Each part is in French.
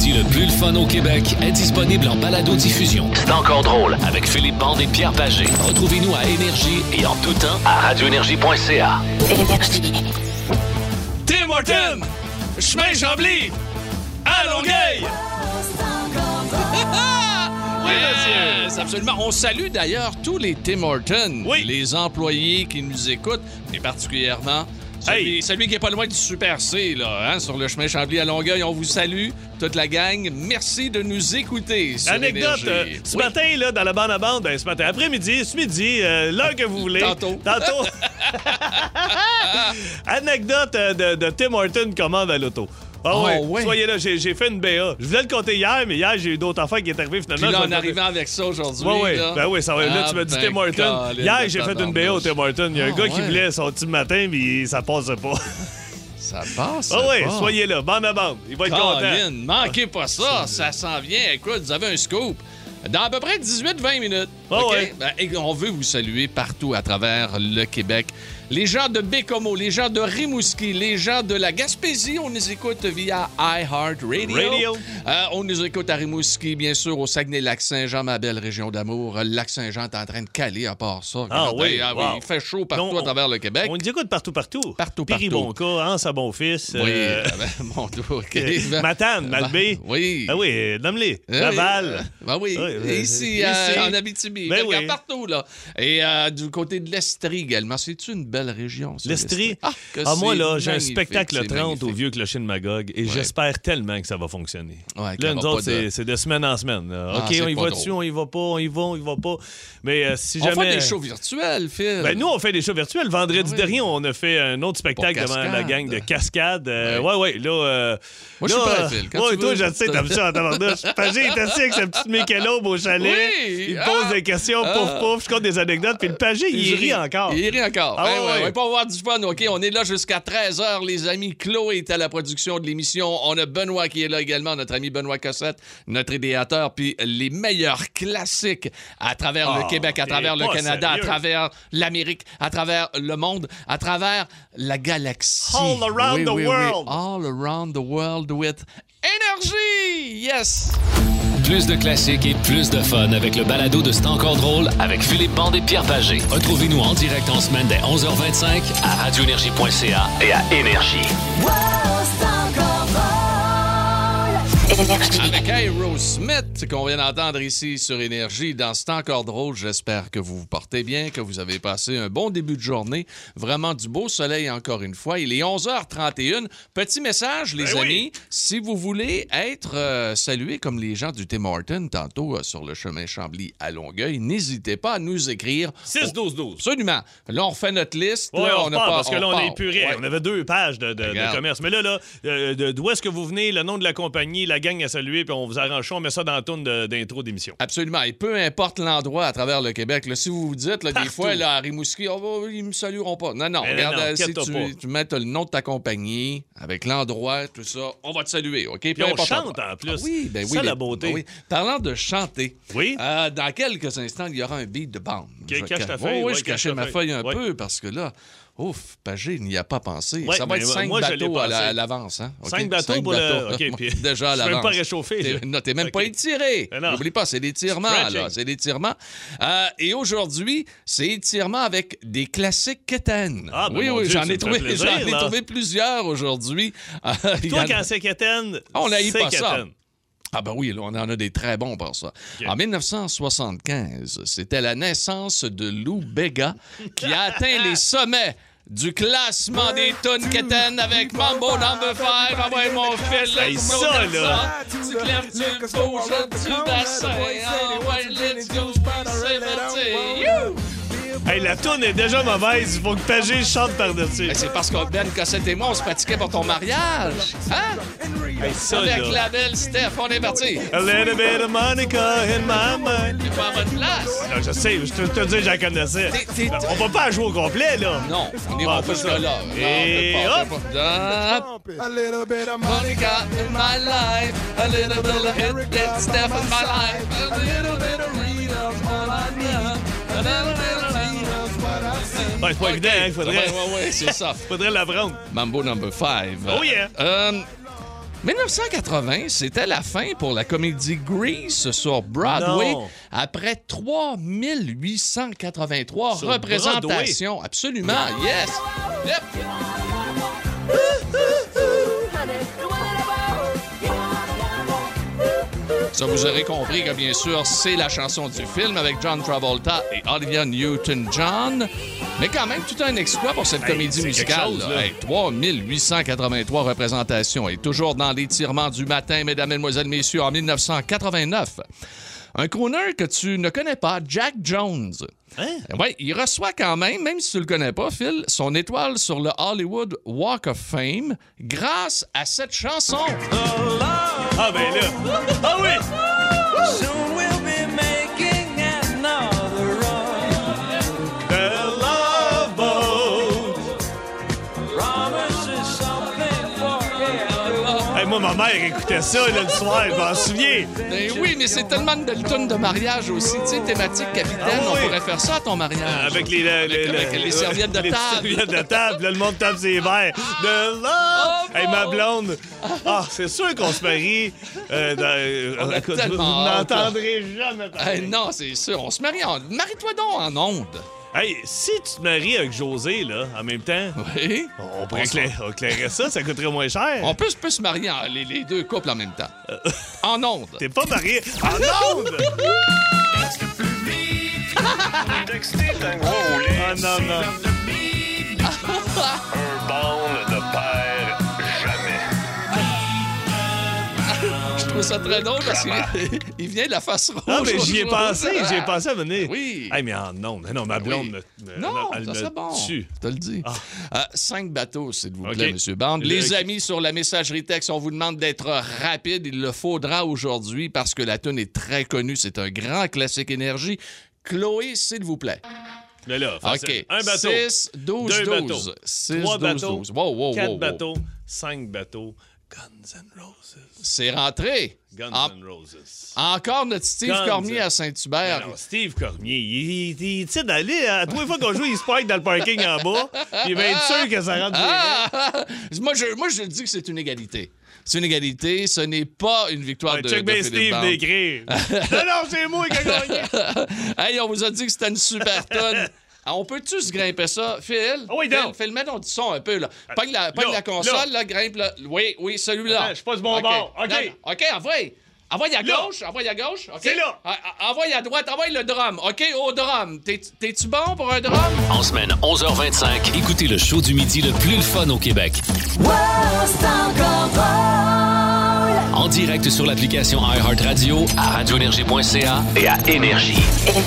vendredi le plus le fun au Québec est disponible en balado-diffusion. C'est encore drôle avec Philippe Bande et Pierre Pagé. Retrouvez-nous à Énergie et en tout temps à radioénergie.ca. Tim Hortons, chemin Chambly, à Longueuil. Oui, monsieur. Absolument. On salue d'ailleurs tous les Tim Hortons, les employés qui nous écoutent, et particulièrement celui qui est pas loin du Super C, là, sur le chemin Chambly à Longueuil. On vous salue, toute la gang. Merci de nous écouter sur Anecdote, ce matin, là, dans la bande à bande, ce matin, après-midi, ce midi, l'heure que vous voulez. Tantôt. Anecdote de Tim Hortons commande à l'auto. Soyez là, j'ai fait une BA. Je voulais le compter hier, mais hier, j'ai eu d'autres affaires qui est arrivé finalement. Puis là, on arrivait avec ça aujourd'hui. Ça va. Là, tu m'as dit Tim Hortons. Hier, j'ai fait une BA au Tim Hortons. Il y a un gars qui voulait son petit matin, mais ça passait pas. Ça passe. Pas. Soyez là, bande à bande. Il va être content. Manquez pas ça, ça s'en vient. Écoute, vous avez un scoop. Dans à peu près 18-20 minutes. On veut vous saluer partout à travers le Québec. Les gens de Bécomo, les gens de Rimouski, les gens de la Gaspésie, on nous écoute via iHeartRadio. On nous écoute à Rimouski, bien sûr, au Saguenay-Lac-Saint-Jean, ma belle région d'amour. Le Lac-Saint-Jean est en train de caler à part ça. Il fait chaud partout à travers le Québec. On nous écoute partout. Partout. Péribonca, Anse à Bon-Fils. Mon Dieu. Matane, Malbaie. Oui. Ah oui, nomme-les. Laval. Ici, en Abitibi. Partout, là. Et du côté de l'Estrie également. C'est-tu une belle région, ça? L'Estrie? Moi, là, j'ai un spectacle le 30 au Vieux Clocher de Magog et j'espère tellement que ça va fonctionner. Là, nous autres, c'est de semaine en semaine. OK, on y va dessus, on y va pas, on y va pas. Mais si jamais... On fait des shows virtuels, Phil. Nous, on fait des shows virtuels. Vendredi dernier, on a fait un autre spectacle devant la gang de Cascade. Là... Moi, je suis prêt, Phil. Toi, je sais, t'aimes ça en tabarnouche. Pagé est assis avec sa petite Michelob au chalet. Il pose des questions, pouf, je compte des anecdotes. Puis le Pagé, il rit encore. Il rit encore. On va pas avoir du fun, OK? On est là jusqu'à 13h, les amis. Chloé est à la production de l'émission. On a Benoît qui est là également, notre ami Benoît Cossette, notre idéateur. Puis les meilleurs classiques à travers le Québec, à travers le Canada, à travers l'Amérique, à travers le monde, à travers la galaxie. All around the world. All around the world with Énergie! Yes! Plus de classiques et plus de fun avec le balado de C'est encore drôle avec Philippe Bande et Pierre Pagé. Retrouvez-nous en direct en semaine dès 11h25 à radioénergie.ca et à Énergie. Avec Aerosmith qu'on vient d'entendre ici sur Énergie dans C'est encore drôle. J'espère que vous vous portez bien, que vous avez passé un bon début de journée. Vraiment du beau soleil encore une fois. Il est 11h31. Petit message, les amis. Si vous voulez être salués comme les gens du Tim Hortons tantôt sur le chemin Chambly à Longueuil, n'hésitez pas à nous écrire. 6-12-12. Absolument. Là, on refait notre liste. On repart parce que là, on est épuré. On avait 2 pages de commerce. Mais là, d'où est-ce que vous venez, le nom de la compagnie, la gang à saluer, puis on vous arrange ça, on met ça dans la tourne d'intro d'émission. Absolument. Et peu importe l'endroit à travers le Québec, là, si vous vous dites, là, des fois, là, à Rimouski, ils me salueront pas. Non. Regarde, si tu mets le nom de ta compagnie, avec l'endroit, tout ça, on va te saluer, OK? Puis on chante en plus. Oui. C'est la beauté. Oui. Parlant de chanter, dans quelques instants, il y aura un beat de bande. Cache ta feuille. Je cachais ma feuille un peu parce que là... Ouf, Pagé n'y a pas pensé. Ça va être 5 bateaux à l'avance. Hein? Okay? 5 bateaux pour le... OK, puis déjà à l'avance. Je suis même pas réchauffé. T'es même pas étiré. N'oublie pas, c'est l'étirement. C'est l'étirement. Et aujourd'hui, c'est étirement avec des classiques quétaines. Oui, j'en ai trouvé plusieurs aujourd'hui. Toi, quand c'est quétaine, on n'haït pas ça. Ah ben oui, là, on en a des très bons pour ça. Okay. En 1975, c'était la naissance de Lou Bega qui a atteint les sommets du classement des tonnes quétaines avec Mambo No. 5. Ah ouais, mon fil, là, ça, là! Tu clèves, tu bouges, tu bassin. Ah ouais, let's go, c'est parti! Hey, la toune est déjà mauvaise. Il faut que Pagé chante par-dessus. Ben, c'est parce que Ben Cossette et moi, on se pratiquait pour ton mariage. Hein? Hey, ça, avec là. la belle Steph, on est parti. A little bit of Monica in my mind. T'es pas à bonne place. Non, je sais, je te dis, je la connaissais. On va pas jouer au complet, là. Non, on ira pas jusqu'à là. Et hop! A little bit of Monica in my life. A little bit of hit Steph in my life. A little bit of Rita's all I need. A little bit of ouais, c'est pas évident, hein, faudrait... Ouais, c'est ça. Faudrait la prendre. Mambo No. 5. Oh yeah! 1980, c'était la fin pour la comédie Grease sur Broadway après 3883 représentations. Broadway. Absolument, yes! Yep. Ça, vous aurez compris que, bien sûr, c'est la chanson du film avec John Travolta et Olivia Newton-John. Mais quand même, tout un exploit pour cette comédie musicale. 3883 représentations. Et toujours dans l'étirement du matin, mesdames, mesdemoiselles, messieurs, en 1989. Un crooner que tu ne connais pas, Jack Jones. Hein? Oui, il reçoit quand même si tu le connais pas, Phil, son étoile sur le Hollywood Walk of Fame grâce à cette chanson. Ah ben là! Ah oui! Soon we'll be making another run. The Love Boat. Promise is something for everyone. Hey, moi, ma mère écoutait ça là, le soir, je m'en souviens. Ben oui, mais c'est tellement de tunes de mariage aussi. Tu sais, thématique capitaine, on pourrait faire ça à ton mariage. Avec les serviettes de table. Les serviettes de table, là, le monde tape ses verres. The Love! Hey, ma blonde! Ah, c'est sûr qu'on se marie. Vous n'entendrez jamais parler. Non, c'est sûr. On se marie Marie-toi donc en ondes. Hey, si tu te maries avec José, là, en même temps, oui. On pourrait éclairer ça coûterait moins cher. On peut se marier les deux couples en même temps. En ondes. T'es pas marié en ondes? Ah non. Un bond de père jamais. Je trouve ça très drôle parce qu'il vient de la face rouge. Non, mais j'y ai pensé à venir. Oui. Hey, mais en ondes. Non, ma blonde elle me tue. Je te le dis. 5 bateaux, s'il vous plaît, M. Bond. Les amis sur la messagerie texte, on vous demande d'être rapide. Il le faudra aujourd'hui parce que la tune est très connue. C'est un grand classique énergie. Chloé, s'il vous plaît. Mais là, OK. Un bateau. 6, 12, 2 12. bateaux. 6, 3 12, bateaux. 12. Wow, 4 bateaux. 5 bateaux. Guns N' Roses. C'est rentré. Guns N' Roses. Encore notre Steve Cormier à Saint-Hubert. Non, Steve Cormier, il tu sais d'aller, à tous les fois qu'on joue, il se parque dans le parking en bas, puis il va être sûr que ça rentre Moi, je dis que c'est une égalité. C'est une égalité, ce n'est pas une victoire de check bien Steve d'écrire. Non, c'est moi qui ai gagné. Hey, on vous a dit que c'était une super tonne. On peut-tu se grimper ça? Phil? Oui, donc. Phil, mets ton son un peu, là. Pogne la console, là, grimpe, là. Oui, celui-là. Je suis pas du bon bord. OK. Non, OK, envoie à gauche. Okay. C'est là. Envoie à droite. Envoie le drum. OK, au drum. T'es-tu bon pour un drum? En semaine, 11h25, écoutez le show du midi le plus le fun au Québec. En direct sur l'application iHeartRadio, à radioénergie.ca et à Énergie.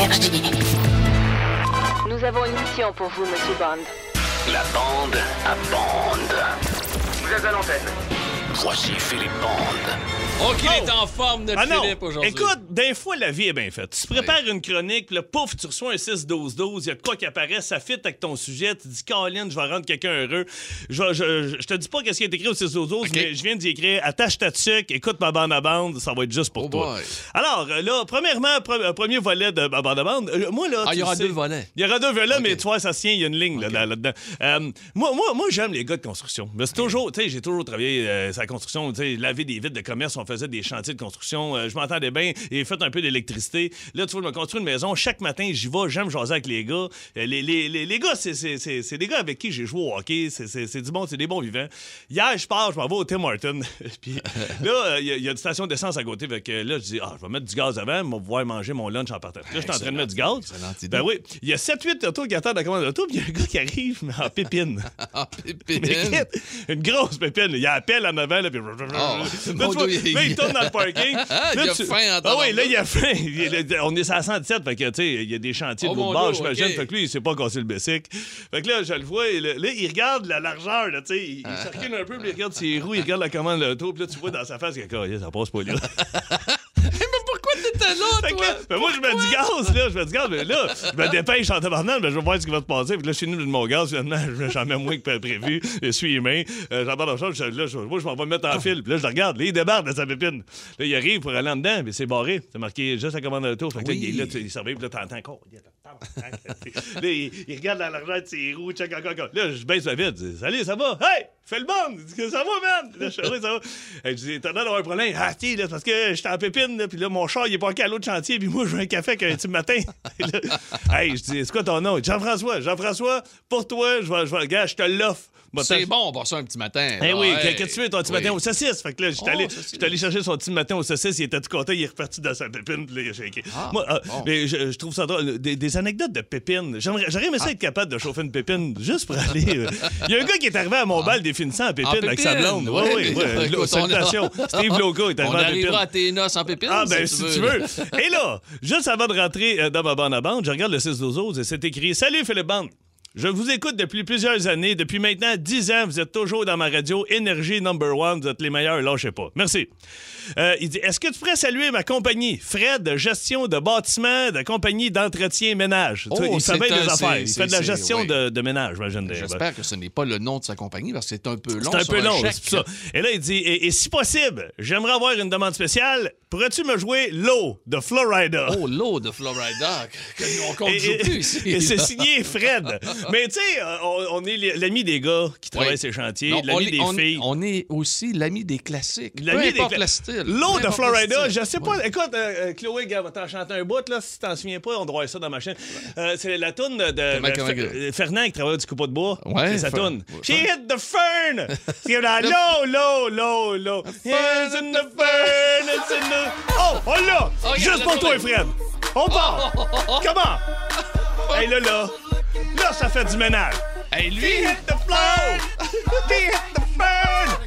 Nous avons une mission pour vous, Monsieur Bond. La bande à bande. Vous êtes à l'antenne. Voici Philippe Bond. Oh, qu'il est en forme, notre Philippe, aujourd'hui. Écoute, des fois, la vie est bien faite. Tu prépares une chronique, puis là, pouf, tu reçois un 6-12-12, il y a de quoi qui apparaît, ça fit avec ton sujet, tu dis, Caroline, je vais rendre quelqu'un heureux. Je te dis pas qu'est-ce qui est écrit au 6-12-12, mais je viens d'y écrire, attache ta tuque, écoute ma bande à bande, ça va être juste pour toi. Boy. Alors, là, premièrement, premier volet de ma bande à bande. Moi, là, il y aura 2 volets. Il y aura 2 volets, mais tu vois, ça se tient, il y a une ligne là-dedans. Moi, j'aime les gars de construction. Mais c'est toujours, tu sais, j'ai toujours travaillé sur la construction, tu sais, laver des vitres de commerce, on faisait des chantiers de construction, je m'entendais bien et fait un peu d'électricité. Là, tu vois, je me construis une maison. Chaque matin, j'y vais, j'aime jaser avec les gars. Les gars, c'est des gars avec qui j'ai joué au hockey. C'est du bon, c'est des bons vivants. Hier, je pars, je m'en vais au Tim Hortons. Puis là, il y a une station d'essence à côté. Fait que là, je dis, je vais mettre du gaz avant, je vais pouvoir manger mon lunch en partant. Là, je suis en train de mettre du gaz. Ben oui, il y a 7-8 autos qui attendent la commande d'auto, puis il y a un gars qui arrive, mais en pépine. En pépine? Une grosse pépine. Il appelle en avant, là, puis... Là, il tourne dans le parking. Il a faim en temps. Ah oui, là, il a faim. On est à 117, fait que, tu sais, il y a des chantiers de l'autre bord, j'imagine. Fait que lui, il sait pas casser le bessic. Fait que là, je le vois, et là, il regarde la largeur, là, tu sais. Il circule un peu, puis il regarde ses roues, il regarde la commande de l'auto, puis là, tu vois dans sa face que ça passe pas là. Mais pourquoi t'étais là, toi? Ben moi, je mets du gaz, là. Mais là, je me dépêche en tabarnak, je vais voir ce qui va se passer. Puis là, je suis venu de mon gaz, finalement, j'en mets moins que prévu. Je suis humain. J'embarque dans le char, moi, je m'en vais me mettre en fil. Puis là, je le regarde. Là, il débarque de sa pépine. Là, il arrive pour aller en dedans, mais c'est barré. C'est marqué juste la commande de l'auto. Fait que là, il surveille, puis là, t'entends encore. Là, il regarde la largeur de ses roues, check encore. Là, je baisse la vitre. Salut, ça va? Hey! Fais le bon! Il dit, ça va, man! Là, je dis, ça va. Je dis, t'as l'air d'avoir un problème. Ah, tiens, là, parce que j'étais en pépine, là, puis là, mon char, il est pas à l'autre chantier, puis moi, je veux un café avec un petit matin. Là, je dis, c'est quoi ton nom? Jean-François, pour toi, gars, je te l'offre. C'est bon, on va ça un petit matin. Oui, qu'est-ce que tu veux, ton petit matin aux saucisses? Fait que là, j'étais allé chercher son petit matin aux saucisses, il était tout content, il est reparti dans sa pépine, puis là, il a shaké. Moi, mais je trouve ça drôle. Des anecdotes de pépines. J'aurais aimé ça être capable de chauffer une pépine juste pour aller. Il y a un gars qui est arrivé à mon bal définissant en pépine avec sa blonde. Oui. Salutations. Steve Loco est arrivé en pépine. On arrivera à tes noces en pépine. Ah, ben, si tu veux. Et là, juste avant de rentrer dans ma bande à bande, je regarde le 6-12-12 et c'est écrit « Salut Philippe Bande. Je vous écoute depuis plusieurs années. Depuis maintenant 10 ans, vous êtes toujours dans ma radio Énergie #1. Vous êtes les meilleurs, lâchez pas. Merci. Il dit, est-ce que tu pourrais saluer ma compagnie, Fred, de gestion de bâtiment, de compagnie d'entretien ménage? Il fait bien des affaires. Il fait de la gestion de ménage, j'imagine. J'espère que ce n'est pas le nom de sa compagnie, parce que c'est un peu long. C'est un peu long, c'est ça. Et là, il dit, et si possible, j'aimerais avoir une demande spéciale. Pourrais-tu me jouer Low de Florida? Oh, Low de Florida, qu'on ne joue plus ici. Et c'est signé Fred. Mais tu sais, on est l'ami des gars qui travaillent ces chantiers, l'ami des filles. On est aussi l'ami des classiques. L'ami des classiques. L'eau de Florida, je sais pas. Écoute, Chloé, va t'en chanter un bout, là, si t'en souviens pas, on doit voir ça dans ma chaîne. C'est la toune de Fernand qui travaille du coupeau de bois. Ouais. C'est sa toune. She hit the fern! C'est là, low. It's in the fern, it's in the... Oh, on l'a! Juste pour toi, Fred. On part! Comment? Hey, là, ça fait du ménage. Hey, lui! He hit the flow! He hit the fern!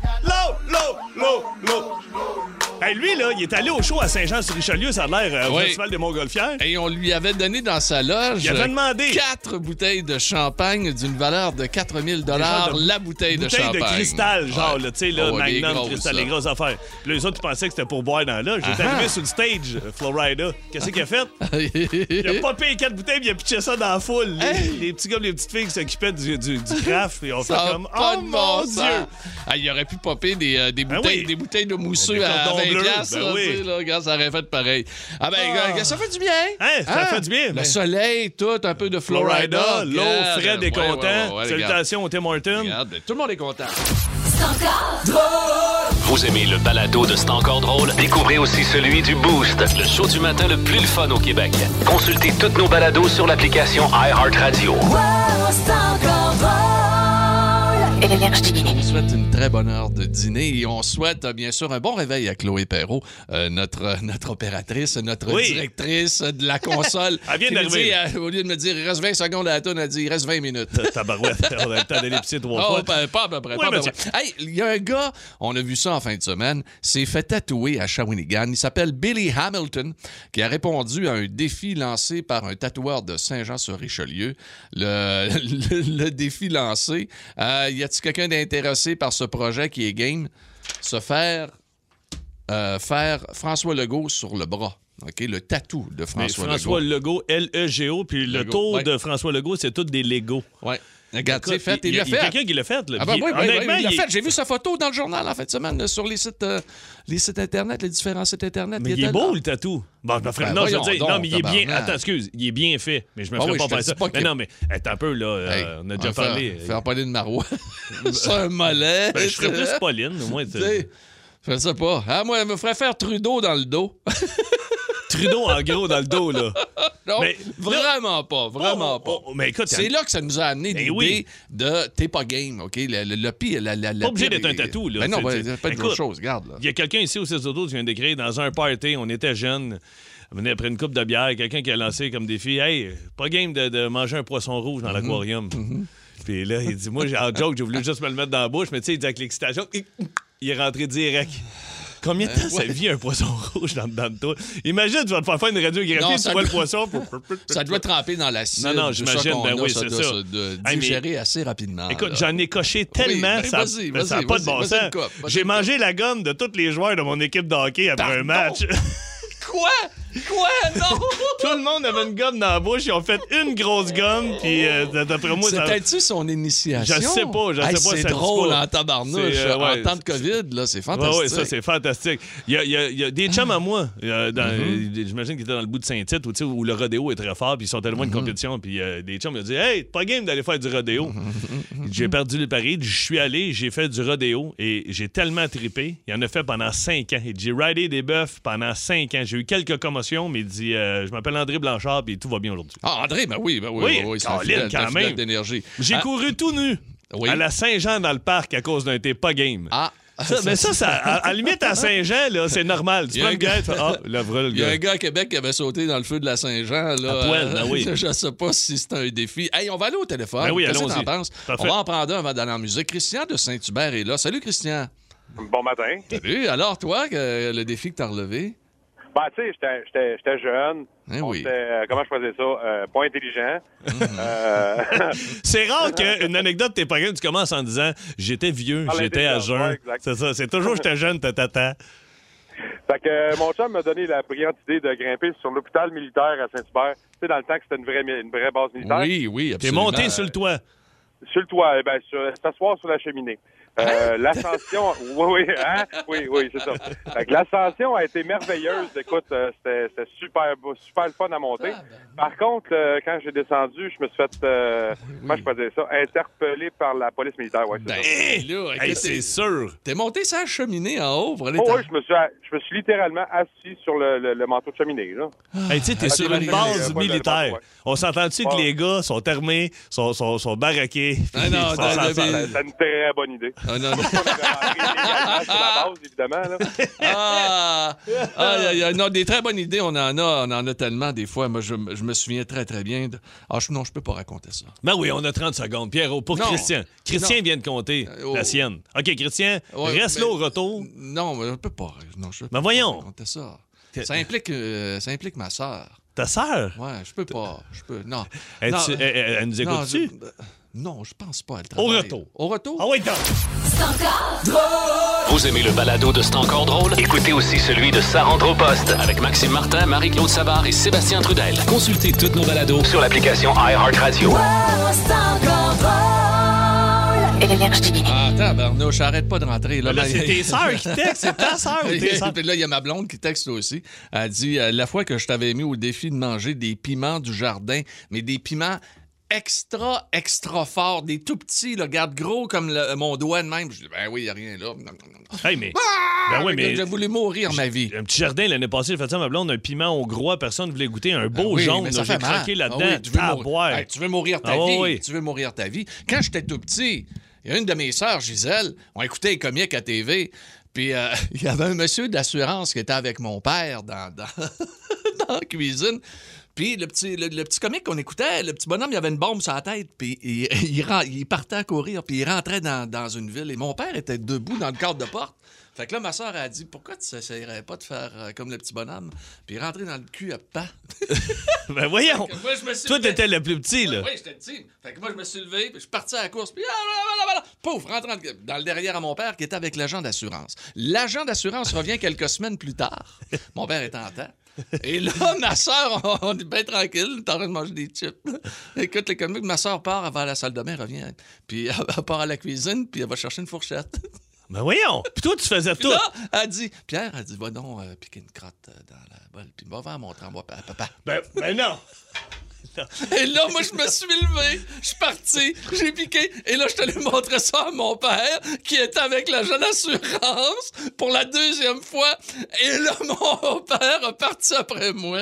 Low! Hey, lui, là, il est allé au show à Saint-Jean-sur-Richelieu, ça a l'air au Festival des Montgolfières. Et on lui avait donné dans sa loge il avait demandé 4 bouteilles de champagne d'une valeur de 4 000 $, la bouteille de champagne. Bouteille de cristal, genre, tu sais, là, Magnum, cristal, les grosses affaires. Puis là, les autres, ils pensaient que c'était pour boire dans la loge. J'étais arrivé sur le stage, Florida. Qu'est-ce qu'il a fait? Il a popé les 4 bouteilles, puis il a pitché ça dans la foule. Les petits gars, les petites filles qui s'occupaient du craft, ils ont fait comme, oh mon Dieu! Il aurait pu popper des bouteilles de mousseux à 20$. Regarde, ça aurait fait pareil. Ah ben, ça fait du bien. Ça fait du bien. Le soleil, tout, un peu de Florida. L'eau, Fred est content. Salutations au Tim Hortons. Regarde, tout le monde est content. C'est encore drôle. Vous aimez le balado de C'est encore drôle? Découvrez aussi celui du Boost, le show du matin le plus fun au Québec. Consultez toutes nos balados sur l'application iHeartRadio. C'est encore drôle. On vous souhaite une très bonne heure de dîner et on souhaite bien sûr un bon réveil à Chloé Perrault, notre opératrice, notre directrice de la console. Elle vient d'arriver. Au lieu de me dire il reste 20 secondes à la tourne, elle dit il reste 20 minutes. Tabarouette, on a le temps d'aller pisser 3 fois. Pas à peu près. Hey, il y a un gars, on a vu ça en fin de semaine, s'est fait tatouer à Shawinigan. Il s'appelle Billy Hamilton, qui a répondu à un défi lancé par un tatoueur de Saint-Jean-sur-Richelieu. Le défi lancé, y a-t-il quelqu'un d'intéressé par ce projet qui est game? Se faire François Legault sur le bras. OK, le tatou de François Legault, L-E-G-O, puis le tour de François Legault, c'est tout des Legos. Oui. Regarde, c'est fait. Il l'a fait. Il y a quelqu'un qui l'a fait. Là. Ah ben oui, il l'a fait. J'ai vu sa photo dans le journal en fin de semaine sur les sites Internet, les différents sites Internet. Mais il est beau, le tatou. Bon, non, je veux dire, non, mais il est bien... Attends, excuse, il est bien fait, mais je me ferais pas faire ça. Mais non, mais attends un peu, là, on a déjà parlé. Faire Pauline Marois. C'est un mollet. Je ferais plus Pauline, au moins. Je sais pas. Ah, moi, elle me ferait faire Trudeau dans le dos. Trudeau, en gros, dans le dos, là. Non, mais, vraiment pas. Mais écoute, c'est là que ça nous a amené l'idée de « t'es pas game », OK? Le pire... Pas obligé d'être un tatou, là. Mais non, pas de chose, regarde. Il y a quelqu'un ici au 6 auto qui vient d'écrire dans un party, on était jeunes, on venait après une coupe de bière, quelqu'un qui a lancé comme défi « Hey, pas game de manger un poisson rouge dans l'aquarium. Puis là, il dit « Moi, en joke, j'ai voulu juste me le mettre dans la bouche, mais tu sais, il dit avec l'excitation, il est rentré direct. » Combien de temps ça vit un poisson rouge dans le toit? Imagine, tu vas te faire une radiographie, tu vois le poisson. Ça doit tremper dans l'acide. Non, j'imagine, oui, c'est ça. Digérer assez rapidement. Écoute, j'en ai coché tellement, ça n'a pas de bon sens. J'ai mangé la gomme de tous les joueurs de mon équipe de hockey après un match. Quoi? Quoi? Non! Tout le monde avait une gomme dans la bouche. Ils ont fait une grosse gomme. Puis d'après moi, c'est peut-être son initiation? Je sais pas. C'est drôle en tabarnouche. En temps de COVID, là, c'est fantastique. Oui, ça, c'est fantastique. Il y a des chums à moi. J'imagine qu'ils étaient dans le bout de Saint-Tite où le rodéo est très fort. Puis ils sont tellement de compétition. Puis des chums m'ont dit Hey, pas game d'aller faire du rodéo. J'ai perdu le pari. Je suis allé, j'ai fait du rodéo. Et j'ai tellement trippé. Il en a fait pendant 5 ans. J'ai ridé des bœufs pendant 5 ans. J'ai eu quelques commotions, mais il dit je m'appelle André Blanchard, puis tout va bien aujourd'hui. Ah, André, oui, c'est un quand même d'énergie. J'ai couru tout nu à la Saint-Jean dans le parc à cause d'un thé pas game. Ah. À la limite, à Saint-Jean, là, c'est normal. Tu prends le gars, tu fais le Il y a un gars à Québec qui avait sauté dans le feu de la Saint-Jean. Là, à poil, ben oui. Je sais pas si c'est un défi. Hey, on va aller au téléphone. Ben oui, qu'est-ce que allons-y. t'en penses? On va en prendre un avant d'aller en musique. Christian de Saint-Hubert est là. Salut, Christian. Bon matin. Salut. Alors, toi, le défi que t'as relevé? Ben, tu sais, j'étais jeune. Oui. Comment je faisais ça? Pas intelligent. C'est rare qu'une anecdote t'es pas game, tu commences en disant j'étais vieux, j'étais à jeun. Ouais, c'est ça. C'est toujours j'étais jeune, tatata. Fait que mon chum m'a donné la brillante idée de grimper sur l'hôpital militaire à Saint-Hubert. Tu sais, dans le temps que c'était une vraie base militaire. Oui, absolument. T'es monté sur le toit. Sur le toit, s'asseoir sur la cheminée. L'ascension, oui, c'est ça. Fait que l'ascension a été merveilleuse. Écoute, c'était super le fun à monter. Par contre, quand j'ai descendu, je me suis fait, moi je faisais ça, interpellé par la police militaire. Ouais, c'est c'est sûr. T'es monté sur la cheminée en haut pour aller. Oui, je me suis littéralement assis sur le manteau de cheminée. Là. Tu sais, t'es sur une base militaire. On s'entend-tu que les gars sont armés, sont baraqués? Non, c'est une très bonne idée. Non. C'est la base, évidemment. Là. Non, des très bonnes idées, on en a tellement des fois. Moi, je me souviens très, très bien. Non, je peux pas raconter ça. Ben oui, on a 30 secondes. Pierrot, pour Christian. Christian vient de compter la sienne. OK, Christian, reste là au retour. Non, mais je peux pas. Non, je peux ben voyons. pas raconter ça. Ça implique ma sœur. Ta sœur? Ouais, je peux pas. Non. Elle nous écoute-tu? Non, je pense pas. Au retour. Au retour? Ah oui, donc. C'est encore drôle. Vous aimez le balado de C'est encore drôle? Écoutez aussi celui de Ça rentre au poste avec Maxime Martin, Marie-Claude Savard et Sébastien Trudel. Consultez toutes nos balados sur l'application iHeartRadio. C'est encore drôle. Énergie. Ah, tabarnouche, arrête pas de rentrer. Là, c'est tes sœurs qui textent, c'est ta sœur ou tes sœurs? Puis là, il y a ma blonde qui texte aussi. Elle dit, la fois que je t'avais mis au défi de manger des piments du jardin, mais des piments extra fort, des tout petits, là, regarde gros comme mon doigt de même. Je dis, ben oui, il n'y a rien là. Hey, mais... Ben oui, mais... J'ai voulu mourir ma vie. Un petit jardin, l'année passée, j'ai fait ça à ma blonde, un piment hongrois, personne ne voulait goûter, un beau jaune, j'ai craqué là-dedans, tu veux mourir ta vie. Oui. Tu veux mourir ta vie. Quand j'étais tout petit, il y a une de mes sœurs, Gisèle, on écoutait les comiques à TV, puis il y avait un monsieur d'assurance qui était avec mon père dans la cuisine. Puis le petit comique qu'on écoutait, le petit bonhomme, il avait une bombe sur la tête, puis il partait à courir, puis il rentrait dans une ville. Et mon père était debout dans le cadre de porte. Fait que là, ma soeur a dit, pourquoi tu n'essayerais pas de faire comme le petit bonhomme, puis rentrer dans le cul à pas? Ben voyons! Moi, toi, t'étais le plus petit, là. Oui, j'étais petit. Fait que moi, je me suis levé, puis je suis parti à la course, puis pouf, rentrant dans le derrière à mon père qui était avec l'agent d'assurance. L'agent d'assurance revient quelques semaines plus tard. Mon père est en temps. Et là, ma soeur, on est bien tranquille, t'es en train de manger des chips. Écoute, les comiques, ma soeur part, elle va à la salle de bain, revient. Puis elle part à la cuisine, puis elle va chercher une fourchette. Ben voyons! Puis toi, tu faisais puis tout. Là, Pierre a dit, va donc piquer une crotte dans la bolle, puis va voir mon trembois à papa. Ben non! Et là, moi, je me suis levé, je suis parti, j'ai piqué, et là, je te l'ai montré ça à mon père, qui était avec l'agent d'assurance pour la deuxième fois. Et là, mon père a parti après moi.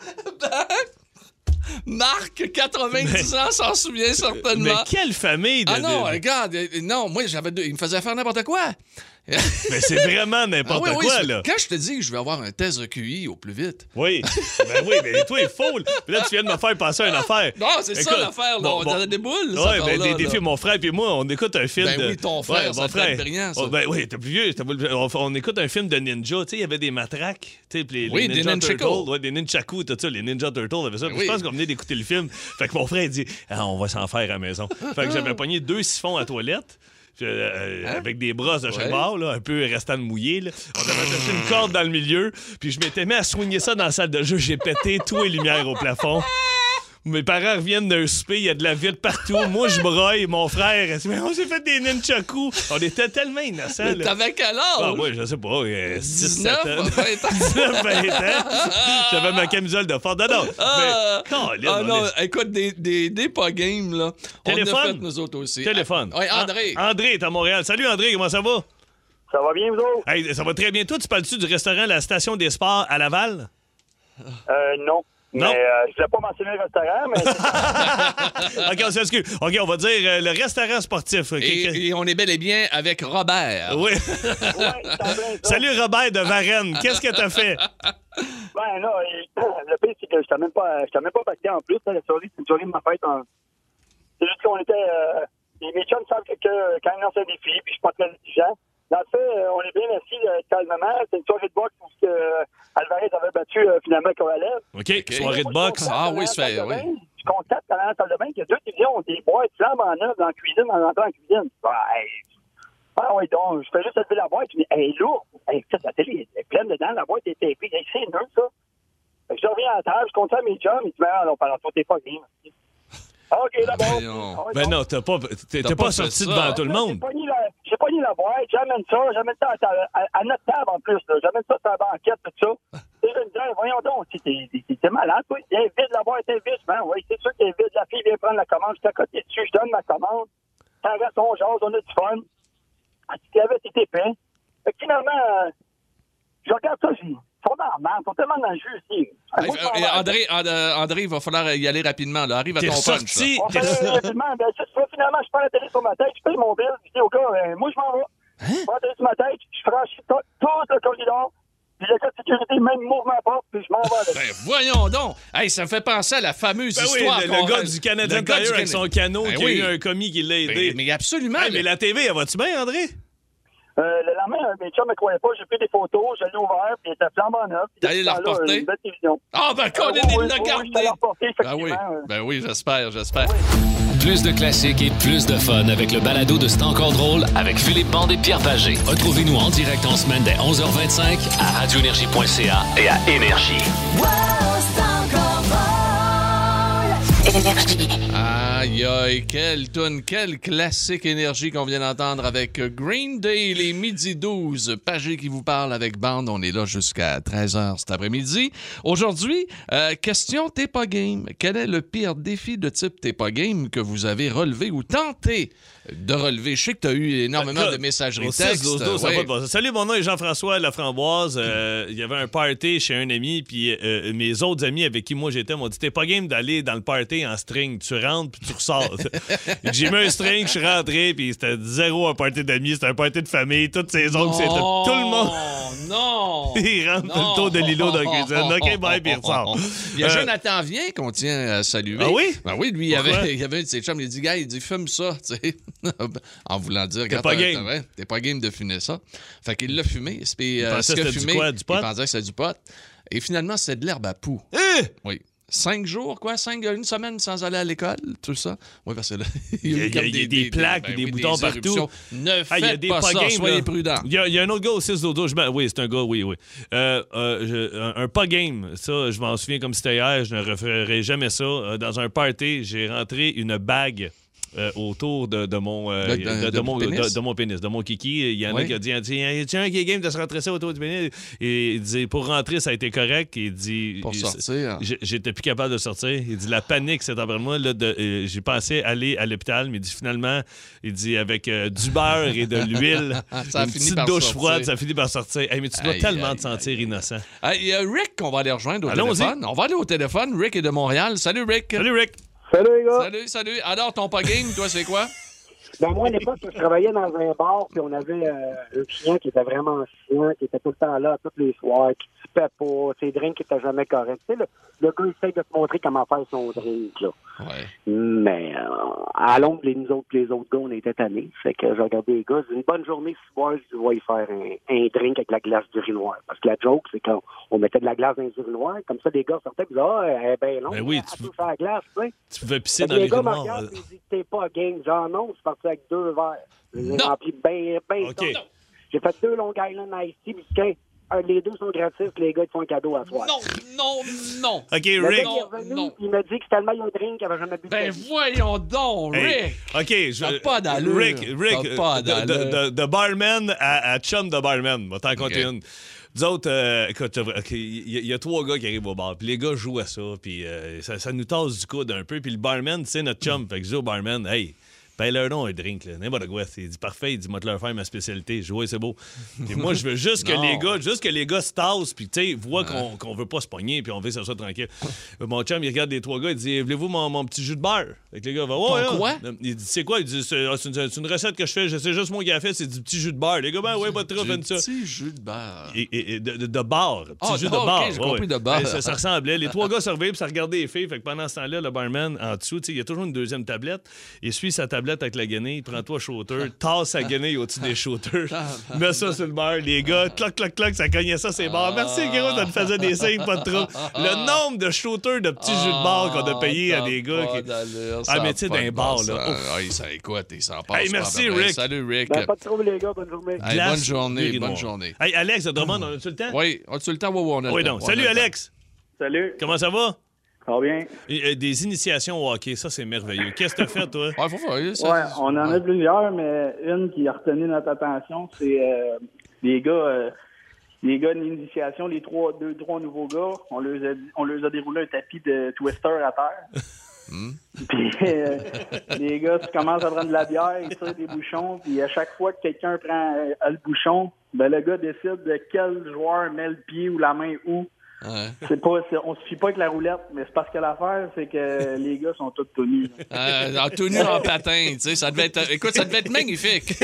Marc, 90 ans, s'en souvient certainement. Mais quelle famille de... Ah non, regarde, non, moi, il me faisait faire n'importe quoi. Mais c'est vraiment n'importe quoi, là. Quand je te dis que je vais avoir un test de QI au plus vite. Oui. Ben oui, mais toi, il est fou. Là, tu viens de me faire penser à une affaire. Non, c'est ça l'affaire, là. On a des boules. Oui, ben des films. Mon frère et moi, on écoute un film de... Ben oui, ton frère, ça fait brillant, ça. Ben oui, t'es plus vieux. On écoute un film de ninja. Tu sais, il y avait des matraques. Oui, des Nunchaku. Oui, des Nunchaku, tout ça. Les Ninja Turtles avaient ça. Je pense qu'on venait d'écouter le film. Fait que mon frère dit, on va s'en faire à la maison. Fait que j'avais pogné 2 siphons à toilette. avec des brosses de chaque bord, là, un peu restant de mouillé. Là. On avait attaché une corde dans le milieu, puis je m'étais mis à soigner ça dans la salle de jeu. J'ai pété tous les lumières au plafond. Mes parents reviennent d'un souper, il y a de la vitre partout. Moi, je broille. Mon frère, on s'est fait des nunchakus. On était tellement innocents. Mais t'avais quel âge? Ah, moi, je sais pas. 19 ans. 19, 20 ans. J'avais ma camisole de fort. Non. Non, écoute, des pas games, là. Téléphone? On a fait, nous autres aussi. Téléphone. Oui, André. André est à Montréal. Salut, André. Comment ça va? Ça va bien, vous autres? Hey, ça va très bien. Toi, tu parles-tu du restaurant La Station des Sports à Laval? Non. Non. Mais je ne voulais pas mentionner le restaurant, mais... OK, on s'excuse. OK, on va dire le restaurant sportif. Et on est bel et bien avec Robert. Oui. Salut, Robert de Varennes. Qu'est-ce que t'as fait? Ben là, le pire, c'est que je t'ai même pas pacté en plus. La soirée, c'est une soirée de ma fête. C'est juste qu'on était... mes chums savent que quand ils lancent un défi, puis je suis pas très exigeant. Dans le fait, on est bien assis calmement. C'est une soirée de boxe où Alvarez avait battu finalement Kovalev. OK, soirée de boxe. Ah oui, ça fait... Oui. Je constate dans la salle de bain qu'il y a 2 divisions, des boîtes flambes en neuf dans la cuisine, en entrant en cuisine. Oui, donc, je fais juste lever la boîte. Je dis, elle est lourde. La télé est pleine dedans, la boîte est tapée. C'est nul, ça. Fait que je reviens à la table, je compte ça à mes chums. Ils disent, on parle toi, t'es pas game. OK, d'abord. Ben non, t'es pas sorti devant tout le monde. J'ai pogné la boîte, j'amène ça à notre table en plus. J'amène ça sur la banquette, tout ça. Et je me dis, voyons donc, t'es malade, toi. Elle est vide, la boîte est vide. Ben oui, c'est sûr qu'elle est vide. La fille vient prendre la commande, je suis à côté dessus, je donne ma commande. Ça reste, on jase, on a du fun. Elle avait été épais. Fait que finalement, je regarde ça, ils sont dans la merde, ils sont tellement dans le jus ici. André, il va falloir y aller rapidement. Là. Arrive à ton punch. On fait rapidement. Finalement, je prends la télé sur ma tête, je paye mon bill, je dis au gars, moi, je m'en vais. Je prends la télé sur ma tête, je franchis tout le corridor, puis le gars de sécurité, même mouvement pas, puis je m'en vais. Ben, voyons donc. Hey, ça me fait penser à la fameuse histoire. Oui, le gars du Canadian Tire avec son canot qui a eu un commis qui l'a aidé. Mais absolument. Mais la TV, elle va-tu bien, André? Le lendemain, mes chums ne me croyaient pas. J'ai pris des photos, je l'ai ouvert, puis il était flambant neuf. T'es allé la reporter? Une belle télévision. Ah, ben, qu'on est de la garder. Ben oui, j'espère. Plus de classiques et plus de fun avec le balado de C'est encore drôle avec Philippe Bande et Pierre Pagé. Retrouvez-nous en direct en semaine dès 11h25 à radioénergie.ca et à Énergie. Aïe, quelle toune, quel classique énergie qu'on vient d'entendre avec Green Day, les midi 12. Pagé qui vous parle avec Bande. On est là jusqu'à 13h cet après-midi. Aujourd'hui, question T'es pas game. Quel est le pire défi de type T'es pas game que vous avez relevé ou tenté de relever? Je sais que tu as eu énormément de messageries textes. Salut, mon nom est Jean-François Laframboise. Il y avait un party chez un ami, puis mes autres amis avec qui moi j'étais m'ont dit T'es pas game d'aller dans le party en string. Tu rentres, puis tu ressors. J'ai mis un string, je suis rentré, puis c'était zéro un party d'amis, c'était un party de famille. Toutes ces autres, c'était tout le monde. Non! Il rentre le tour de Lilo dans la cuisine. OK, bye, puis il ressort. Il y a Jonathan Vien qu'on tient à saluer. Ah oui? Ben oui, lui, il y avait un de ses chums, il dit, gars, il dit, fume ça, tu sais. En voulant dire, t'es pas game. T'es pas game de fumer ça. Fait qu'il l'a fumé. Il pensait que c'était du pot? Il pensait que c'était du pot. Et finalement, c'est de l'herbe à poux. Oui. 5 jours, une semaine sans aller à l'école, tout ça. Oui, parce que là, il y a des plaques, des boutons partout. Ne faites pas ça, soyez prudents. Il y a un autre gars aussi, oui, c'est un gars, oui. Un pas game, ça, je m'en souviens comme c'était hier, je ne referai jamais ça. Dans un party, j'ai rentré une bague autour de mon pénis, de mon kiki. Il y en a qui a dit y a un qui est game de se rentrer ça autour du pénis. Et il dit pour rentrer, ça a été correct. Il dit pour sortir. J'étais plus capable de sortir. Il dit la panique, c'est envers moi. J'ai pensé aller à l'hôpital, mais il dit finalement, avec du beurre et de l'huile, une petite douche froide, ça finit par sortir. Hey, mais tu dois tellement te sentir innocent. Il y a Rick qu'on va aller rejoindre au téléphone. On va aller au téléphone. Rick est de Montréal. Salut Rick. Salut Rick. Salut les gars! Salut! Alors, ton pas game, toi, c'est quoi? Ben moi, à l'époque, je travaillais dans un bar, puis on avait un client qui était vraiment chiant, qui était tout le temps là, tous les soirs, qui tipait pas, ses drinks étaient jamais corrects. Tu sais, le gars essaie de te montrer comment faire son drink, là. Ouais. Mais à l'ombre, les autres gars, on était tannés. Fait que j'ai regardé les gars, c'est une bonne journée ce soir, je vais y faire un drink avec la glace d'urinoir. Parce que la joke, c'est qu'on mettait de la glace dans les urinoirs, comme ça, les gars sortaient et disaient, elle est bien longue, ben oui, la glace, tu sais. Tu pouvais pisser dans les urinoirs. Les gars me regardent et ils disent, t'es pas game. Genre, non, c'est parce que avec 2 verres. J'ai rempli bien OK. J'ai fait 2 Long Island Iced Tea, puis les 2 sont gratis, les gars, ils te font un cadeau à soir. Non. OK, Rick. Il est revenu, il m'a dit que c'était le meilleur drink qu'il avait jamais bu. Ben voyons donc, Rick. Hey, OK, T'as pas d'allure. Rick, T'as pas d'allure. de barman à chum de barman. On va t'en compter une. Nous autres, écoute, il y a 3 gars qui arrivent au bar. Puis les gars jouent à ça. Puis ça nous tasse du coude un peu. Puis le barman, c'est notre chum. Fait que je dis au barman, hey, paye-leur donc un drink, là. N'importe quoi. Il dit parfait, il dit moi te leur faire ma spécialité. Je dis ouais, c'est beau. Puis moi, je veux juste que les gars se tassent, puis tu sais, voient qu'on veut pas se pogner, puis on veut s'asseoir tranquille. Mon chum, il regarde les 3 gars, il dit voulez-vous mon petit jus de beurre? Fait que les gars vont quoi? Il dit c'est quoi? Il dit c'est une recette que je fais, je sais juste moi qui a fait, c'est du petit jus de beurre. Les gars, ben ouais, pas trop fait ça. Petit jus de beurre. Et de bar. Petit jus de bar. OK, j'ai compris de bar. Ça ressemblait. Les 3 gars se réveillent, puis ça regardait les filles. Fait que pendant ce temps-là, le barman, en dessous, il y a toujours une deuxième tablette. Il suit sa tablette avec la guenille. Prends-toi shooter, tasse sa guenille au-dessus des shooters, mets ça sur le beurre. Les gars, cloc, cloc, cloc, ça cognait ça, c'est bon. Merci, gros, ça te faisait des signes, pas de trop. Le nombre de shooters de petits jus de bar qu'on a payé à des gars. Mais tu sais, d'un bar, là. Ça écoute, il s'en passe. Hey, merci, Rick. Salut, Rick. Pas de trouble, les gars, bonne journée. Bonne journée. Hey, Alex, Drummond, on a-tu le temps? Oui, as-tu le temps? Oui, on a le temps. Oui, donc. Salut, Alex. Salut. Comment ça va? Ça va bien? Des initiations au hockey, ça, c'est merveilleux. Qu'est-ce que t'as fait, toi? Ouais, faut faire ça. Ouais, on en a plusieurs, mais une qui a retenu notre attention, c'est les gars de l'initiation, les 3 nouveaux gars, on leur a déroulé un tapis de twister à terre. Puis les gars, tu commences à prendre de la bière, ils tirent des bouchons, puis à chaque fois que quelqu'un prend le bouchon, ben le gars décide de quel joueur met le pied ou la main où. Ouais. On se fie pas avec la roulette, mais c'est parce que l'affaire, c'est que les gars sont tous nus. Tout nus en patin, tu sais, ça devait être magnifique.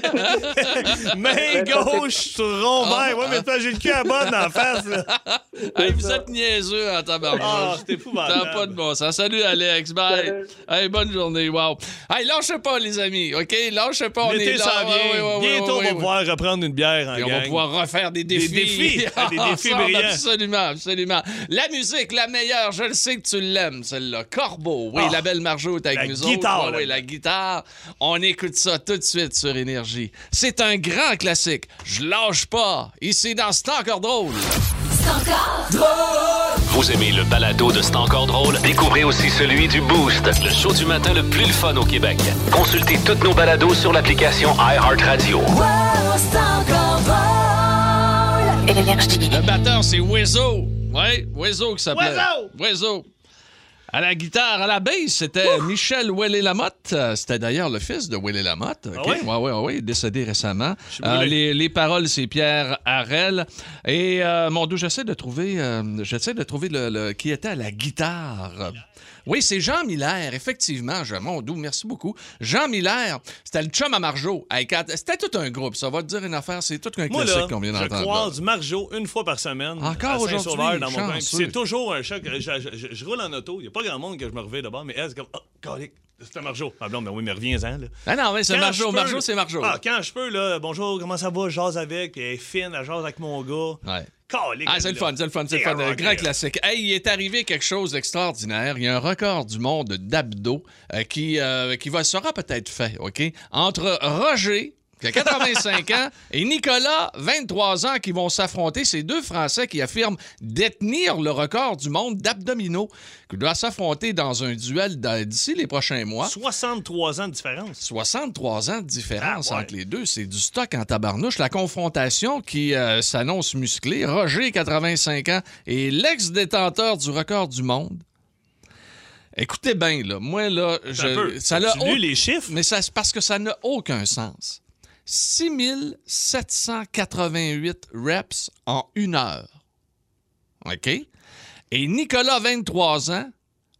Main gauche sur rond vert. Ouais, mais j'ai le cul à bonne en face, là. Hey, vous êtes niaiseux en tabarnouche. Ah, c'est épouvantable. T'as pas de bon sens. Salut, Alex. Bye. Hey, bonne journée. Wow. Hey, lâchez pas, les amis. OK? Lâchez pas. On L'été est là. s'en vient. Bientôt, on va pouvoir reprendre une bière en gang. On va pouvoir refaire des défis. Des défis brillants. Absolument. La musique, la meilleure, je le sais que tu l'aimes, celle-là. Corbeau. Oui, la belle Marjo est avec nous autres. Oui, la guitare. On écoute ça tout de suite sur Énergie. C'est un grand classique. Je lâche pas. Ici, dans C'est encore drôle. C'est encore drôle. Vous aimez le balado de C'est encore drôle? Découvrez aussi celui du Boost, le show du matin le plus le fun au Québec. Consultez toutes nos balados sur l'application iHeartRadio. Wow, c'est encore drôle. Énergie. Le batteur, c'est Wezo. Oui, Wezo qui s'appelait. Wezo. À la guitare, à la basse, c'était Michel Ouellet-Lamotte. C'était d'ailleurs le fils de Ouellet-Lamotte. Okay? Ah oui, décédé récemment. Les paroles, c'est Pierre Harel. Et mon Dieu, j'essaie de trouver qui était à la guitare. Oui, c'est Jean Miller, effectivement. Mon Dieu, merci beaucoup. Jean Miller, c'était le chum à Marjo. C'était tout un groupe, ça va te dire une affaire. C'est tout un classique qu'on vient d'entendre. Je croise Marjo une fois par semaine. Encore aujourd'hui, Saint-Sauveur, dans mon coin. C'est toujours un choc. Je roule en auto. Il n'y a pas grand monde que je me réveille d'abord, mais elle, c'est comme calique. C'était Marjo. Ah bon, mais oui, mais reviens-en, là. Ah non, mais c'est Marjo. Marjo, c'est Marjo. Ah, quand je peux, là, bonjour, comment ça va? Je jase avec, puis elle est fine, elle jase avec mon gars. Ouais. Calique, c'est le fun. Un grand classique. Hey, il est arrivé quelque chose d'extraordinaire. Il y a un record du monde d'abdos qui sera peut-être fait, OK? Entre Roger, qui a 85 ans, et Nicolas, 23 ans, qui vont s'affronter. Ces 2 Français qui affirment détenir le record du monde d'abdominaux, qui doivent s'affronter dans un duel d'ici les prochains mois. 63 ans de différence. 63 ans de différence entre les deux. C'est du stock en tabarnouche. La confrontation qui s'annonce musclée. Roger, 85 ans, et l'ex-détenteur du record du monde. Écoutez bien, là. Moi, là, ça l'a lu les chiffres? Mais c'est parce que ça n'a aucun sens. 6788 reps en 1 heure. OK? Et Nicolas, 23 ans,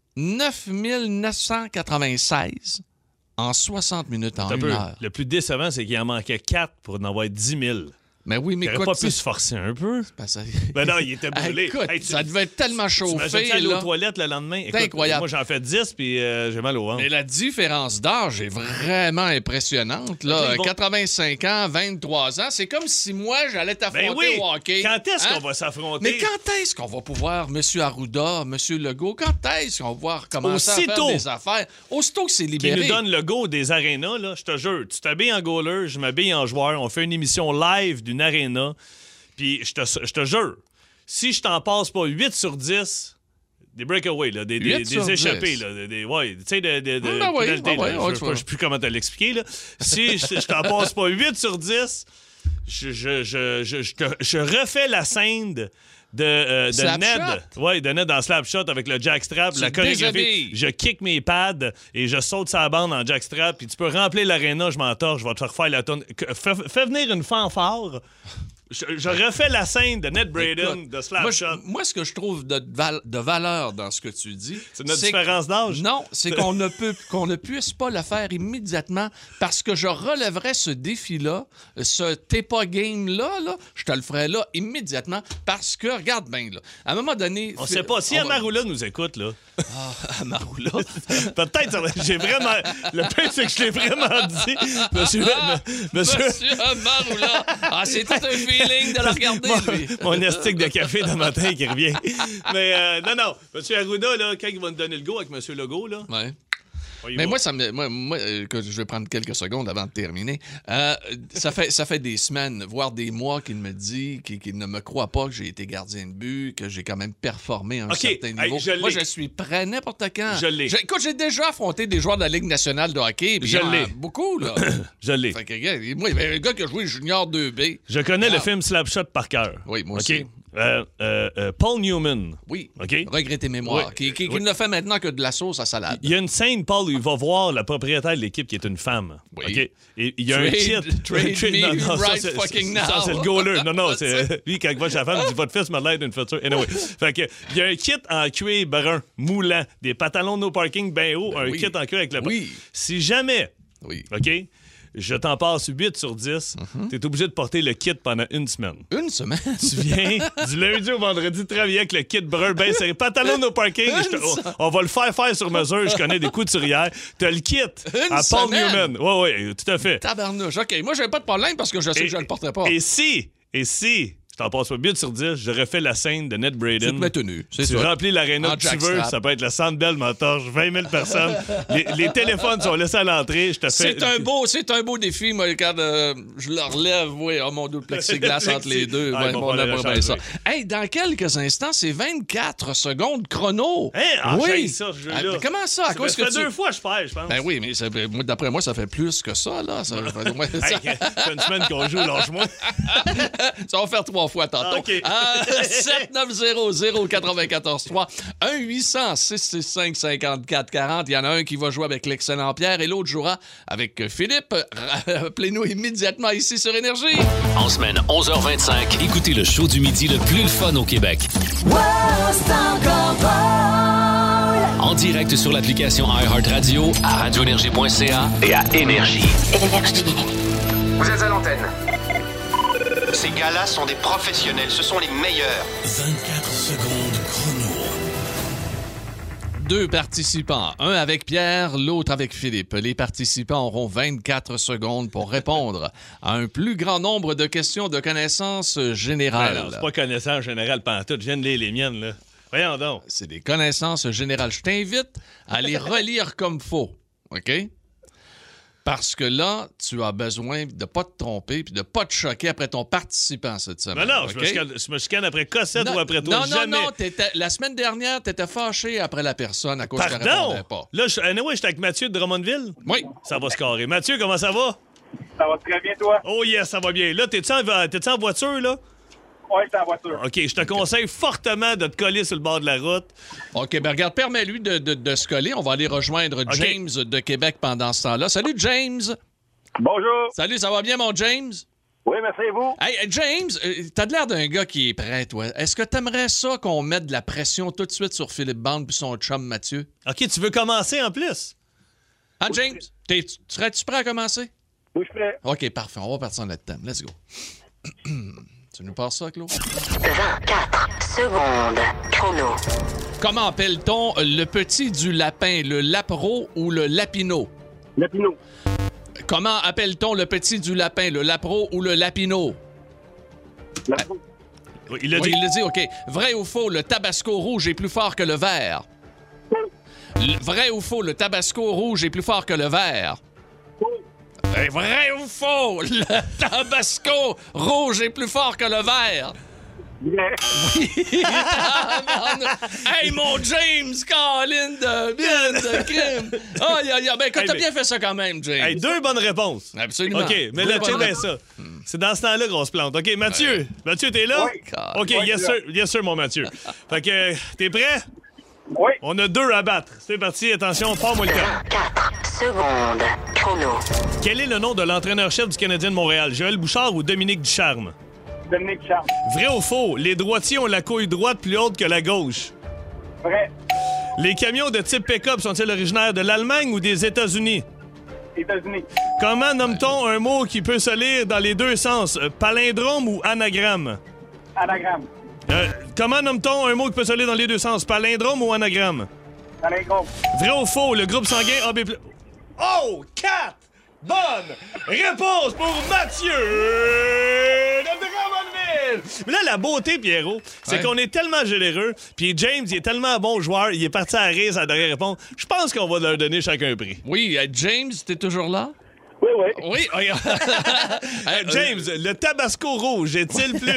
9996 en 60 minutes en 1 heure. Le plus décevant, c'est qu'il en manquait 4 pour en avoir 10 000. Mais oui, mais il n'aurait pas pu se forcer un peu. Ben non, il était brûlé. Écoute, ça devait être tellement chauffé. Tu aller aux toilettes le lendemain. C'est incroyable. Moi, j'en fais 10 puis j'ai mal au ventre. Mais la différence d'âge est vraiment impressionnante. Là. 85 ans, 23 ans, c'est comme si moi, j'allais t'affronter au hockey. Quand est-ce qu'on va s'affronter? Mais quand est-ce qu'on va pouvoir, M. Arruda, M. Legault, quand est-ce qu'on va pouvoir commencer à faire des affaires? Aussitôt que c'est libéré. Qui nous donne le go des arénas, là, je te jure. Tu t'habilles en goaler, je m'habille en joueur. On fait une émission live d'une aréna. Puis je te jure, si je t'en passe pas 8 sur 10... Des breakaways, là, des échappées. Là, tu sais, je sais plus comment te l'expliquer. Là. Si je t'en passe pas 8 sur 10, je refais la scène de Ned. Oui, de Ned dans Slapshot avec le jackstrap, la chorégraphie. Je kick mes pads et je saute sa bande en jackstrap. Puis tu peux remplir l'aréna, je m'entorche, je vais te refaire la tonne. Fais venir une fanfare. Je refais la scène de Ned Braden de Slapshot. Moi, ce que je trouve de valeur dans ce que tu dis... C'est notre différence d'âge? Non, c'est qu'on ne puisse pas le faire immédiatement parce que je relèverais ce défi-là, ce t'es pas game-là, je te le ferais là immédiatement parce que, regarde bien, là, à un moment donné... On sait pas. Si Amaroula nous écoute, là... Ah, Amaroula... Peut-être, j'ai vraiment... Le pire, c'est que je l'ai vraiment dit. Monsieur Amaroula! Ah, c'est tout un feeling de le regarder, lui. Mon estique de café de matin qui revient. Mais non. Monsieur Arruda, là, quand il va nous donner le go avec Monsieur Legault, là... Ouais. Mais moi, je vais prendre quelques secondes avant de terminer. Ça fait des semaines, voire des mois qu'il me dit qu'il ne me croit pas que j'ai été gardien de but, que j'ai quand même performé à un certain niveau. Moi, je suis prêt n'importe quand. Je l'ai. Écoute, j'ai déjà affronté des joueurs de la Ligue nationale de hockey. Je l'ai. Beaucoup, là. Je l'ai. Fait que, moi, il y avait un gars qui a joué junior 2B. Je connais le film Slapshot par cœur. Oui, moi aussi. Paul Newman. Oui. Okay? Regretté mémoire. Qui ne fait maintenant que de la sauce à salade. Il y a une scène, Paul, où il va voir la propriétaire de l'équipe qui est une femme. Oui. Okay? Et il y a un kit. Ça, c'est le goaler. Non, c'est lui, quand il voit sa femme, il dit votre fils m'a l'air d'une future. Anyway. Fait que, il y a un kit en cuir brun, moulant, des pantalons no parking bien haut, un kit en cuir avec le. Oui. Si jamais. Oui. OK? Je t'en passe 8 sur 10. T'es obligé de porter le kit pendant une semaine. Une semaine? Tu viens du lundi au vendredi travailler avec le kit brun ben serré. Pantalon no parking. On va le faire sur mesure. Je connais des couturières. T'as le kit à Paul Newman. Oui, tout à fait. Tabarnouche. OK. Moi, j'avais pas de problème parce que je sais que je le porterais pas. Et si... T'en passes pas 8 sur 10, je refais la scène de Ned Braden. Tu te mets tenue. Tu remplis l'aréna que tu veux. Ça peut être le Centre Bell, m'entorche, 20 000 personnes. les téléphones sont laissés à l'entrée. Je te fais... C'est un beau défi, moi, quand je le relève. Oui, mon dos de plexiglas entre les deux. Ah, on aimerait bien ça. Hey, dans quelques instants, c'est 24 secondes chrono. Oui, ça, ce jeu-là. Comment ça? À cause que ça fait 2 fois je perds, je pense. Ben oui, mais d'après moi, ça fait plus que ça, là. Ça fait une semaine qu'on joue, lâche-moi. Ça va faire 3 fois tantôt. Okay. 790-094-3. 1-800-665-5440. Il y en a un qui va jouer avec l'excellent Pierre et l'autre jouera avec Philippe. Appelez-nous immédiatement ici sur Énergie. En semaine, 11h25, écoutez le show du midi le plus fun au Québec. En direct sur l'application iHeartRadio, à radioénergie.ca et à Énergie. Vous êtes à l'antenne. Ces gars-là sont des professionnels, ce sont les meilleurs. 24 secondes chrono. 2 participants, un avec Pierre, l'autre avec Philippe. Les participants auront 24 secondes pour répondre à un plus grand nombre de questions de connaissances générales. Non, c'est pas connaissances générales pantoute, je viens de lire les miennes, là. Voyons donc. C'est des connaissances générales. Je t'invite à les relire comme faut, OK? Parce que là, tu as besoin de ne pas te tromper puis de ne pas te choquer après ton participant cette semaine. Non, okay? je me chicane après Cossette ou après toi. Non, la semaine dernière, tu étais fâché après la personne à cause qu'elle ne répondait pas. Là, j'étais avec Mathieu de Drummondville. Oui. Ça va se carrer. Mathieu, comment ça va? Ça va très bien, toi? Oh yes, ça va bien. Là, t'es-tu en voiture, là? Oui, je suis en voiture. OK, je te conseille fortement de te coller sur le bord de la route. OK, ben regarde, permets-lui de se coller. On va aller rejoindre James de Québec pendant ce temps-là. Salut, James. Bonjour. Salut, ça va bien, mon James? Oui, merci et vous. Hey, James, t'as l'air d'un gars qui est prêt, toi. Est-ce que t'aimerais ça qu'on mette de la pression tout de suite sur Philippe Bande puis son chum Mathieu? OK, tu veux commencer en plus? Ah, James, serais-tu prêt à commencer? Oui, je suis prêt. OK, parfait. On va partir dans notre thème. Let's go. Tu nous passes ça, Claude? 24 secondes. Chrono. Comment appelle-t-on le petit du lapin, le lapereau ou le lapineau? Lapineau. Comment appelle-t-on le petit du lapin, le lapereau ou le lapineau? Lapereau. Il l'a dit. Oui, il l'a dit, OK. Vrai ou faux, le tabasco rouge est plus fort que le vert? Vrai ou faux, le tabasco rouge est plus fort que le vert? Vrai ou faux, le tabasco rouge est plus fort que le vert? Vrai. Hey, mon James, Colin de crime. Ben écoute, t'as bien fait ça quand même, James. Hey, 2 bonnes réponses. Absolument. OK, mais là, check bien ça. C'est dans ce temps-là qu'on se plante. OK, Mathieu. Mathieu, t'es là? Oui. OK, yes sir, mon Mathieu. Fait que, t'es prêt? Oui. On a 2 à battre. C'est parti, attention, pars-moi le temps. 4 secondes. Chrono. Quel est le nom de l'entraîneur-chef du Canadien de Montréal? Joël Bouchard ou Dominique Ducharme? Dominique Charles. Vrai ou faux? Les droitiers ont la couille droite plus haute que la gauche. Vrai. Les camions de type pick-up sont-ils originaires de l'Allemagne ou des États-Unis? États-Unis. Comment nomme-t-on un mot qui peut se lire dans les deux sens? Palindrome ou anagramme? Anagramme. Comment nomme-t-on un mot qui peut se lire dans les deux sens? Palindrome ou anagramme? Anagramme. Vrai ou faux? Le groupe sanguin AB+. Oh! 4 bonnes réponses pour Mathieu de Drummondville! Mais là, la beauté, Pierrot, c'est qu'on est tellement généreux, puis James, il est tellement bon joueur, il est parti à rire à la dernière réponse. Je pense qu'on va leur donner chacun un prix. Oui, James, t'es toujours là? Oui. Oui. James, le tabasco rouge est-il plus...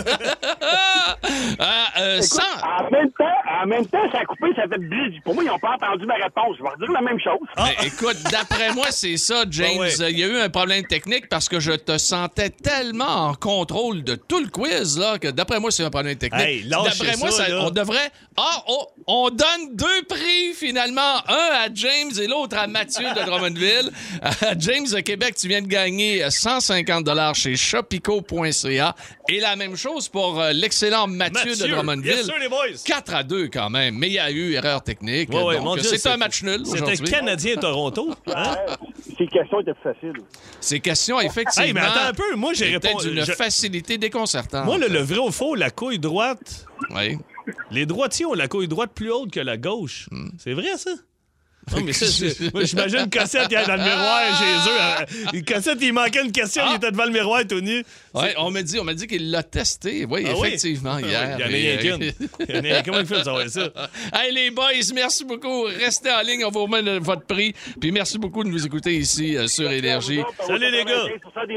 Écoute, en même temps, ça a coupé, ça fait bizarre. Pour moi, ils n'ont pas entendu ma réponse. Je vais redire la même chose. Écoute, d'après moi, c'est ça, James. Il y a eu un problème technique parce que je te sentais tellement en contrôle de tout le quiz là, que d'après moi, c'est un problème technique. Hey, d'après moi, on devrait... on donne 2 prix, finalement. Un à James et l'autre à Mathieu de Drummondville. James de Québec, tu viens de gagner 150 $ chez shopico.ca. Et la même chose pour l'excellent Mathieu de Drummondville. Yes, sir, les boys. 4-2 quand même. Mais il y a eu erreur technique. Ouais, donc, c'est un match nul aujourd'hui. C'était Canadien-Toronto. Hein? Ces questions étaient faciles. Ces questions, effectivement... Hey, mais attends un peu. Moi, j'ai répondu... d'une facilité déconcertante. Moi, le vrai ou faux, la couille droite... Oui. Les droitiers ont la couille droite plus haute que la gauche. C'est vrai, ça? Non, mais ça, moi, j'imagine Cossette, il est dans le miroir chez eux. Cossette, il manquait une question, il était devant le miroir tout nu. Oui, on m'a dit qu'il l'a testé. Oui, effectivement, hier. Il y en a rien qu'une. Il y en a comment il fait de savoir ça? Hey, les boys, merci beaucoup. Restez en ligne, on va vous remettre votre prix. Puis merci beaucoup de nous écouter ici sur Énergie. Salut, les gars.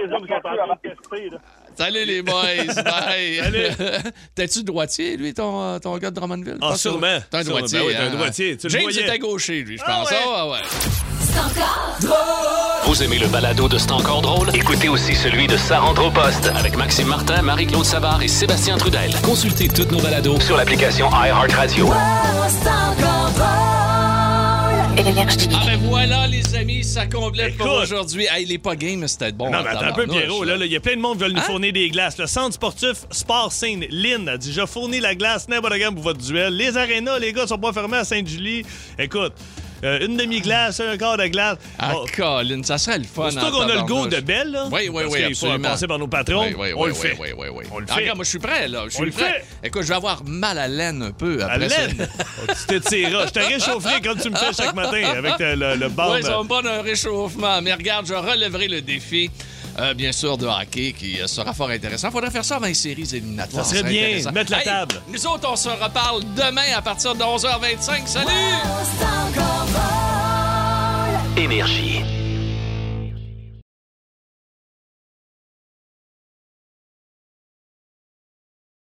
Salut, les boys. Bye. T'es-tu droitier, lui, ton gars de Drummondville? Ah, sûrement. T'es un droitier. Ben oui, t'es un droitier. James était gaucher, lui, je pense. Ouais. C'est encore drôle. Vous aimez le balado de C'est encore drôle? Écoutez aussi celui de Sa rentre au poste avec Maxime Martin, Marie-Claude Savard et Sébastien Trudel. Consultez toutes nos balados sur l'application iHeartRadio. Wow, c'est encore drôle. Ah ben voilà, les amis, ça complète pour aujourd'hui. Hey, il est pas game, mais c'était bon. Non, mais attends un peu, Pierrot. Là, il y a plein de monde qui veulent nous fournir des glaces. Le centre sportif Sport Sainte, Lynn a dit « Je fournis la glace, n'importe quand pour votre duel. » Les arénas, les gars, sont pas fermés à Sainte-Julie. Écoute, une demi-glace, un quart de glace. Colin, ça serait le fun. Surtout qu'on a le go de Belle, là. Oui, il faut passer par nos patrons. On le fait. Oui. On le fait. Regarde, moi, je suis prêt, là. Je suis prêt. Écoute, je vais avoir mal à laine un peu après laine? Tu te tireras. Je te réchaufferai comme tu me fais chaque matin avec le bord. Oui, ça va me prendre un réchauffement. Mais regarde, je relèverai le défi. Bien sûr, de hockey qui sera fort intéressant. Faudrait faire ça avant les séries éliminatoires. Ça serait bien, mettre la table. Nous autres, on se reparle demain à partir de 11h25. Salut! Wow, c'est encore drôle. Énergie.